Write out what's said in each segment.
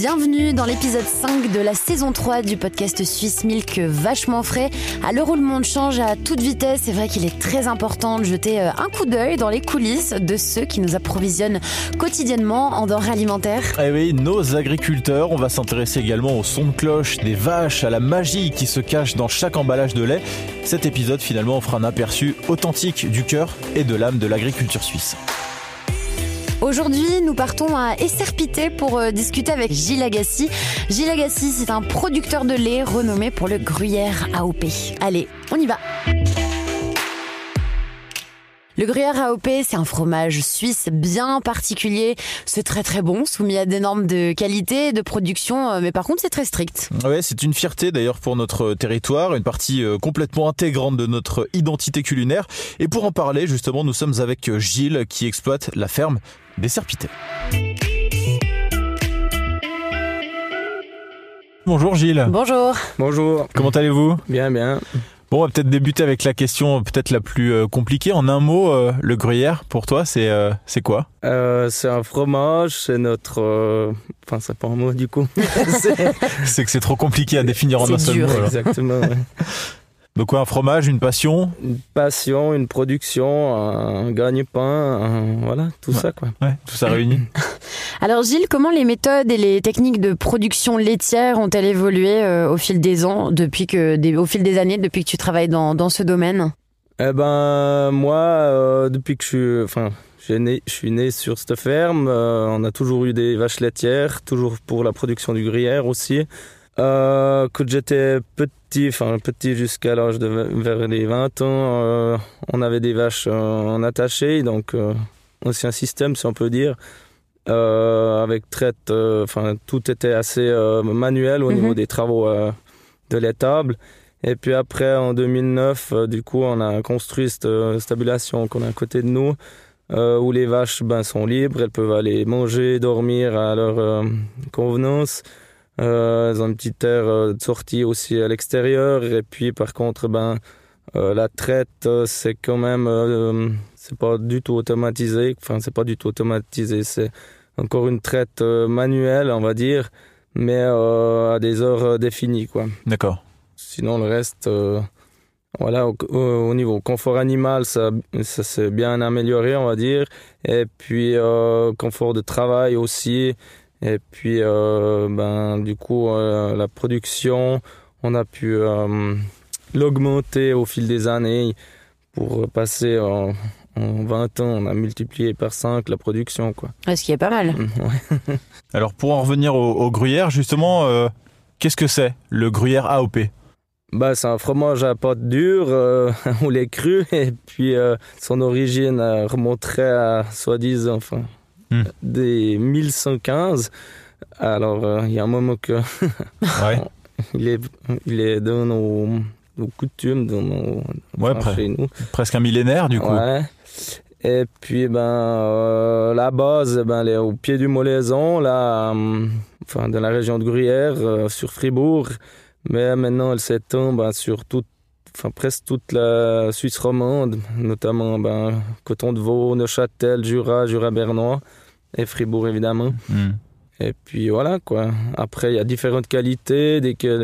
Bienvenue dans l'épisode 5 de la saison 3 du podcast Swiss Milk vachement frais. À l'heure où le monde change à toute vitesse, c'est vrai qu'il est très important de jeter un coup d'œil dans les coulisses de ceux qui nous approvisionnent quotidiennement en denrées alimentaires. Eh oui, nos agriculteurs, on va s'intéresser également au son de cloche des vaches, à la magie qui se cache dans chaque emballage de lait. Cet épisode finalement offre un aperçu authentique du cœur et de l'âme de l'agriculture suisse. Aujourd'hui, nous partons à Esserpité pour discuter avec Gilles Agassi. Gilles Agassi, c'est un producteur de lait renommé pour le gruyère AOP. Allez, on y va. Le gruyère AOP, c'est un fromage suisse bien particulier. C'est très très bon, soumis à des normes de qualité et de production, mais par contre c'est très strict. Ouais, c'est une fierté d'ailleurs pour notre territoire, une partie complètement intégrante de notre identité culinaire. Et pour en parler, justement, nous sommes avec Gilles qui exploite la ferme d'Esserpité. Bonjour Gilles. Bonjour. Bonjour. Comment allez-vous ? Bien, bien. Bon, on va peut-être débuter avec la question peut-être la plus compliquée. En un mot, le gruyère, pour toi, c'est quoi ? C'est un fromage, c'est notre... Enfin, c'est pas un mot du coup. C'est que c'est trop compliqué à définir en un seul dur. mot. Alors. Exactement. Ouais. Donc quoi, un fromage, une passion ? Une passion, une production, un gagne-pain, voilà, tout ça quoi. Ouais, tout ça réuni. Alors Gilles, comment les méthodes et les techniques de production laitière ont-elles évolué au fil des ans, au fil des années, depuis que tu travailles dans ce domaine ? Eh ben, moi, depuis que je suis né sur cette ferme, on a toujours eu des vaches laitières, toujours pour la production du gruyère aussi. Quand j'étais petit jusqu'à l'âge de vers les 20 ans, on avait des vaches en attaché, donc aussi un système si on peut dire, avec traite, tout était assez manuel au niveau des travaux de l'étable. Et puis après en 2009, du coup on a construit cette stabulation qu'on a à côté de nous, où les vaches sont libres, elles peuvent aller manger, dormir à leur convenance. Elles ont une petite aire de sortie aussi à l'extérieur. Et puis par contre, la traite, c'est quand même, c'est pas du tout automatisé. Enfin, c'est pas du tout automatisé. C'est encore une traite manuelle, on va dire, mais à des heures définies, quoi. D'accord. Sinon, le reste, voilà, au niveau confort animal, ça s'est bien amélioré, on va dire. Et puis confort de travail aussi. Et puis, du coup, la production, on a pu l'augmenter au fil des années pour passer en 20 ans, on a multiplié par 5 la production, quoi. Ce qui est pas mal. Ouais. Alors, pour en revenir au gruyère, justement, qu'est-ce que c'est, le gruyère AOP ? C'est un fromage à pâte dure, au lait cru, et puis son origine remonterait à, soi-disant, des 1115. Alors, il y a un moment que ouais. il est dans nos coutumes, chez nous. Presque un millénaire, du coup. Ouais. Et puis, la base, elle est au pied du Molaison, là, dans la région de Gruyère, sur Fribourg. Mais maintenant, elle s'étend sur presque toute la Suisse romande, notamment Coton de Vaud, Neuchâtel, Jura bernois et Fribourg évidemment. Et puis voilà quoi. Après il y a différentes qualités,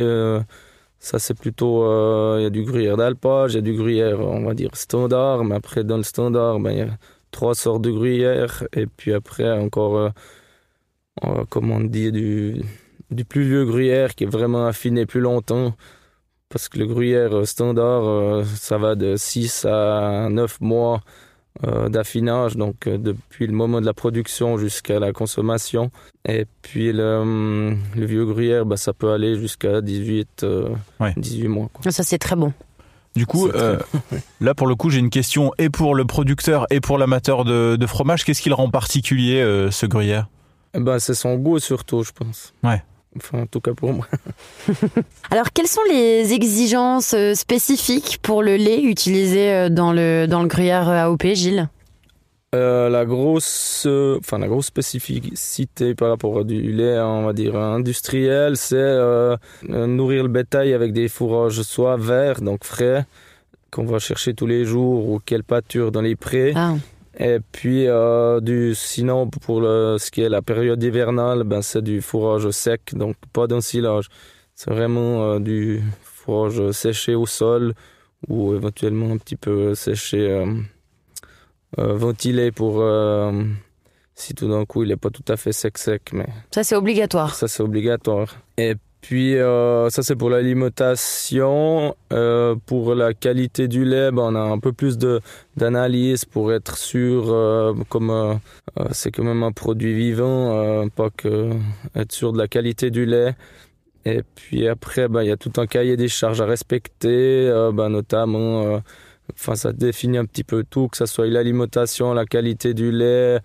ça c'est plutôt il y a du gruyère d'alpage, il y a du gruyère on va dire standard, mais après dans le standard il y a 3 sortes de gruyère et puis après encore comme on dit du plus vieux gruyère qui est vraiment affiné plus longtemps. Parce que le gruyère standard, ça va de 6 à 9 mois d'affinage, donc depuis le moment de la production jusqu'à la consommation. Et puis le vieux gruyère, ça peut aller jusqu'à 18 mois. Quoi. Ça, c'est très bon. Du coup, là, pour le coup, j'ai une question et pour le producteur et pour l'amateur de fromage. Qu'est-ce qui le rend particulier, ce gruyère ? C'est son goût surtout, je pense. Ouais. Enfin, en tout cas pour moi. Alors, quelles sont les exigences spécifiques pour le lait utilisé dans le gruyère AOP, Gilles ? La grosse spécificité par rapport à du lait, on va dire industriel, c'est nourrir le bétail avec des fourrages soit verts, donc frais, qu'on va chercher tous les jours, ou qu'elles pâturent dans les prés. Et puis, sinon, pour ce qui est la période hivernale, c'est du fourrage sec, donc pas d'ensilage. C'est vraiment du fourrage séché au sol ou éventuellement un petit peu séché, ventilé pour si tout d'un coup il n'est pas tout à fait sec. Mais ça, c'est obligatoire. Ça, c'est obligatoire. Et puis, ça, c'est pour l'alimentation. Pour la qualité du lait, on a un peu plus d'analyse pour être sûr, comme c'est quand même un produit vivant, pas que être sûr de la qualité du lait. Et puis après, il y a tout un cahier des charges à respecter, notamment, ça définit un petit peu tout, que ce soit l'alimentation, la qualité du lait.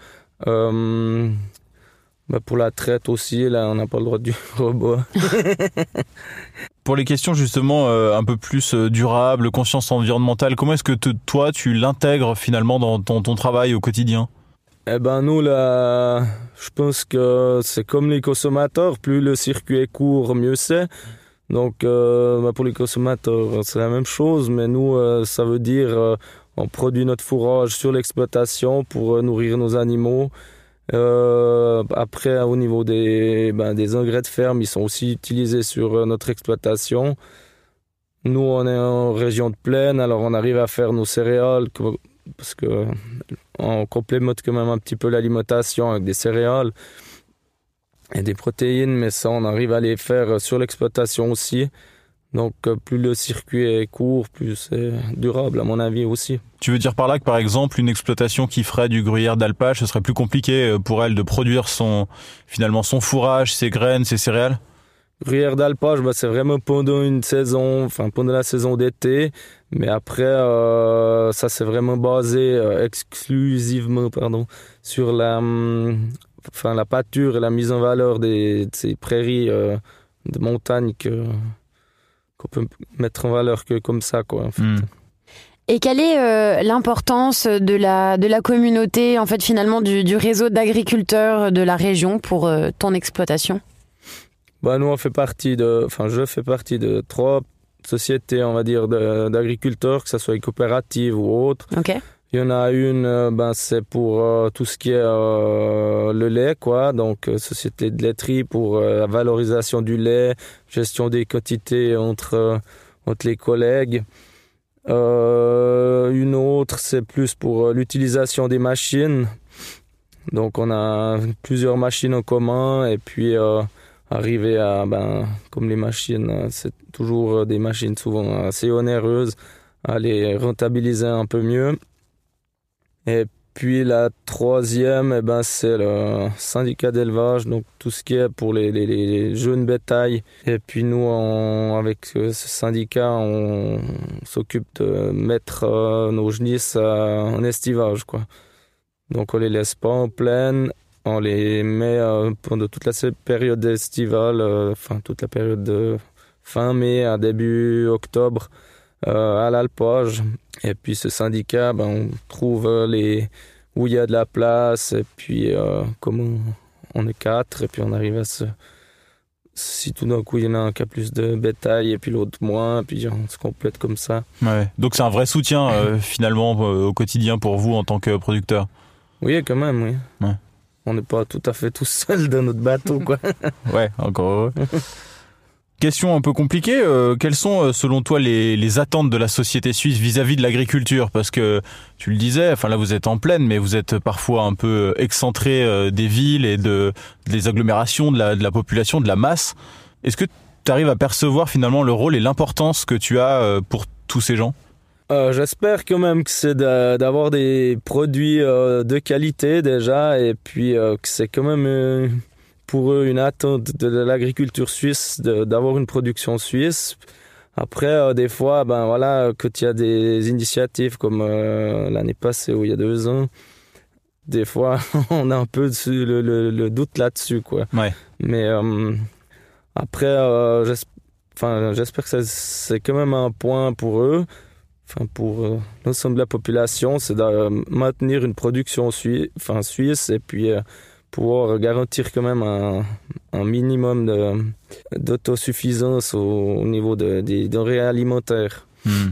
Pour la traite aussi, là, on n'a pas le droit du robot. Pour les questions justement un peu plus durables, conscience environnementale, comment est-ce que toi, tu l'intègres finalement dans ton travail au quotidien ? Nous, là, je pense que c'est comme les consommateurs, plus le circuit est court, mieux c'est. Donc, pour les consommateurs, c'est la même chose, mais nous, ça veut dire on produit notre fourrage sur l'exploitation pour nourrir nos animaux. Après, au niveau des engrais de ferme, ils sont aussi utilisés sur notre exploitation. Nous, on est en région de plaine, alors on arrive à faire nos céréales parce que on complémente quand même un petit peu l'alimentation avec des céréales et des protéines, mais ça, on arrive à les faire sur l'exploitation aussi. Donc, plus le circuit est court, plus c'est durable, à mon avis aussi. Tu veux dire par là que, par exemple, une exploitation qui ferait du gruyère d'alpage, ce serait plus compliqué pour elle de produire son fourrage, ses graines, ses céréales ? Gruyère d'alpage, c'est vraiment pendant une saison, pendant la saison d'été. Mais après, ça, c'est vraiment basé exclusivement sur la pâture et la mise en valeur de ces prairies de montagne qu'on peut mettre en valeur que comme ça, quoi, en fait. Et quelle est l'importance de la communauté, en fait, finalement, du réseau d'agriculteurs de la région pour ton exploitation ? Nous, je fais partie de 3 sociétés, on va dire, d'agriculteurs, que ce soit coopératives ou autres. Okay. Il y en a une, c'est pour tout ce qui est le lait, quoi. Donc, société de laiterie pour la valorisation du lait, gestion des quantités entre les collègues. Une autre, c'est plus pour l'utilisation des machines. Donc, on a plusieurs machines en commun et puis arriver à, comme les machines, c'est toujours des machines souvent assez onéreuses, à les rentabiliser un peu mieux. Et puis la 3e, c'est le syndicat d'élevage, donc tout ce qui est pour les jeunes bétail. Et puis nous, avec ce syndicat, on s'occupe de mettre nos genisses en estivage, quoi. Donc on les laisse pas en plaine, on les met pendant toute la période estivale, toute la période de fin mai à début octobre, à l'alpage. Et puis ce syndicat, on trouve où il y a de la place, et puis comme on est 4, et puis on arrive à si tout d'un coup il y en a un qui a plus de bétail et puis l'autre moins, puis on se complète comme ça. Ouais. Donc c'est un vrai soutien finalement au quotidien pour vous en tant que producteur. Oui, quand même, oui. Ouais. On n'est pas tout à fait tout seul dans notre bateau, quoi. Ouais, encore heureux. Question un peu compliquée, quelles sont selon toi les attentes de la société suisse vis-à-vis de l'agriculture ? Parce que tu le disais, là vous êtes en plaine, mais vous êtes parfois un peu excentré des villes et des agglomérations, de la population, de la masse. Est-ce que tu arrives à percevoir finalement le rôle et l'importance que tu as pour tous ces gens ? J'espère quand même que c'est d'avoir des produits de qualité déjà, et puis que c'est quand même pour eux une attente de l'agriculture suisse d'avoir une production suisse. Après, des fois, quand il y a des initiatives comme l'année passée ou il y a 2 ans, des fois on a un peu le doute là-dessus, quoi. Ouais. Mais après, j'espère que c'est quand même un point pour eux. Pour l'ensemble de la population, c'est de maintenir une production suisse et puis pouvoir garantir quand même un minimum d'autosuffisance au niveau des denrées alimentaires.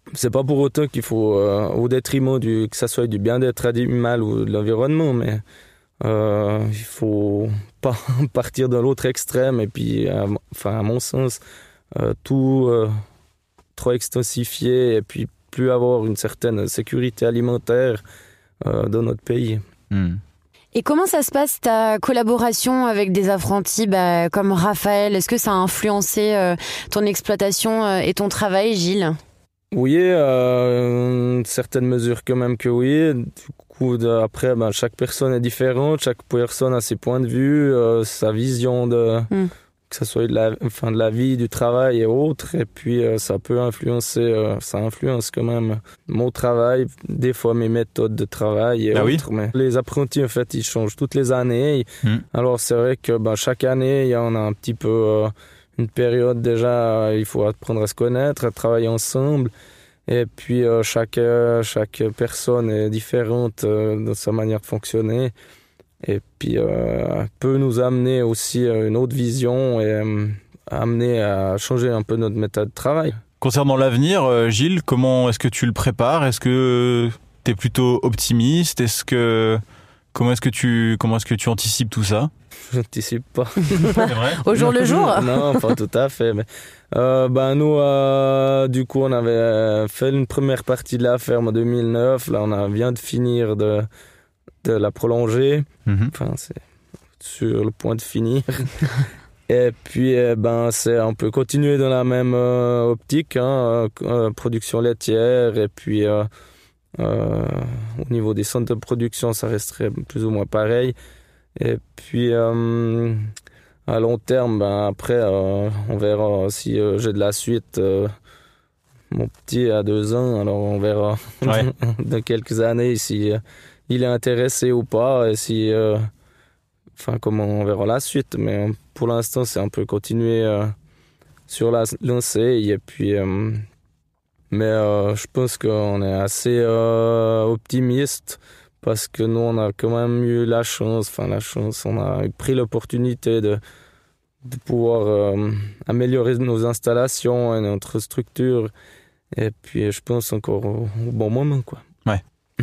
c'est pas pour autant qu'il faut, au détriment que ça soit du bien-être animal ou de l'environnement, mais il faut pas partir dans l'autre extrême et puis, à mon sens, tout trop extensifier et puis plus avoir une certaine sécurité alimentaire dans notre pays. Et comment ça se passe ta collaboration avec des apprentis comme Raphaël? Est-ce que ça a influencé ton exploitation et ton travail, Gilles? Oui, une certaine mesure quand même que oui. Du coup, après, chaque personne est différente, chaque personne a ses points de vue, sa vision que ce soit de la vie, du travail et autres. Et puis, ça peut influencer, ça influence quand même mon travail, des fois mes méthodes de travail et autres. Oui. Mais les apprentis, en fait, ils changent toutes les années. Alors, c'est vrai que chaque année, il y en a un petit peu une période déjà, il faut apprendre à se connaître, à travailler ensemble. Et puis, chaque personne est différente dans sa manière de fonctionner. Et puis, peut nous amener aussi une autre vision et amener à changer un peu notre méthode de travail. Concernant l'avenir, Gilles, comment est-ce que tu le prépares? Est-ce que tu es plutôt optimiste? Comment est-ce que tu anticipes tout ça? Je n'anticipe pas. C'est vrai? Au jour le jour? Non, pas tout à fait. Mais, nous, du coup, on avait fait une première partie de la ferme en 2009. Là, on vient de finir de la prolonger. Enfin, c'est sur le point de finir. Et puis, c'est un peu continuer dans la même optique, production laitière. Et puis, au niveau des centres de production, ça resterait plus ou moins pareil. Et puis, à long terme, après, on verra si j'ai de la suite. Mon petit a 2 ans, alors on verra dans quelques années si il est intéressé ou pas, et si, comment on verra la suite. Mais pour l'instant, c'est un peu continuer sur la lancée. Et puis, mais je pense qu'on est assez optimiste parce que nous, on a quand même eu la chance, on a pris l'opportunité de pouvoir améliorer nos installations et notre structure. Et puis, je pense encore au bon moment, quoi. Ouais.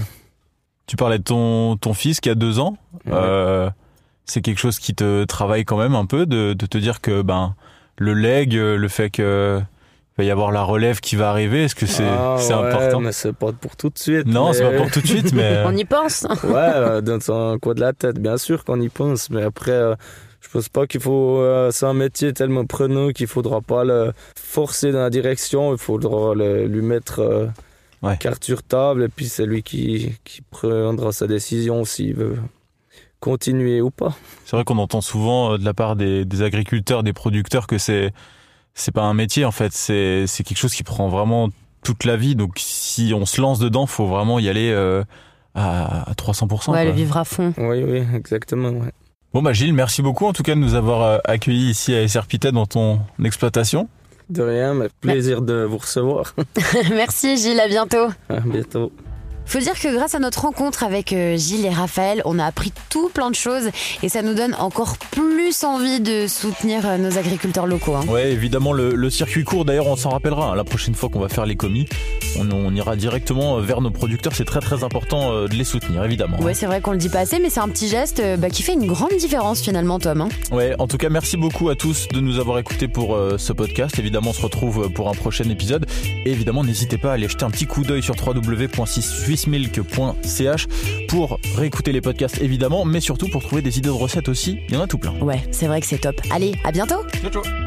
Tu parlais de ton fils qui a 2 ans. Ouais. C'est quelque chose qui te travaille quand même un peu de te dire que le leg, le fait que il va y avoir la relève qui va arriver, est-ce que c'est important? Mais c'est pas pour tout de suite. Non, c'est pas pour tout de suite, mais on y pense. Ouais, dans un coin de la tête, bien sûr qu'on y pense, mais après, je pense pas qu'il faut. C'est un métier tellement prenant qu'il faudra pas le forcer dans la direction. Il faudra lui mettre carte sur table, et puis c'est lui qui prendra sa décision s'il veut continuer ou pas. C'est vrai qu'on entend souvent de la part des agriculteurs, des producteurs, que c'est pas un métier en fait, c'est quelque chose qui prend vraiment toute la vie. Donc si on se lance dedans, faut vraiment y aller à 300%. Ouais, le vivre à fond. Oui, exactement. Ouais. Bon Gilles, merci beaucoup en tout cas de nous avoir accueillis ici à SRPTED dans ton exploitation. De rien, mais plaisir de vous recevoir. Merci Gilles, à bientôt. À bientôt. Faut dire que grâce à notre rencontre avec Gilles et Raphaël, on a appris tout plein de choses et ça nous donne encore plus envie de soutenir nos agriculteurs locaux. Ouais, évidemment, le circuit court, d'ailleurs, on s'en rappellera. La prochaine fois qu'on va faire les commis, on ira directement vers nos producteurs. C'est très très important de les soutenir, évidemment. Ouais, c'est vrai qu'on le dit pas assez, mais c'est un petit geste qui fait une grande différence finalement, Tom. Ouais, en tout cas, merci beaucoup à tous de nous avoir écoutés pour ce podcast. Évidemment, on se retrouve pour un prochain épisode. Et évidemment, n'hésitez pas à aller jeter un petit coup d'œil sur www.swissmilk.ch pour réécouter les podcasts, évidemment, mais surtout pour trouver des idées de recettes aussi. Il y en a tout plein. Ouais, c'est vrai que c'est top. Allez, à bientôt. Ciao, ciao.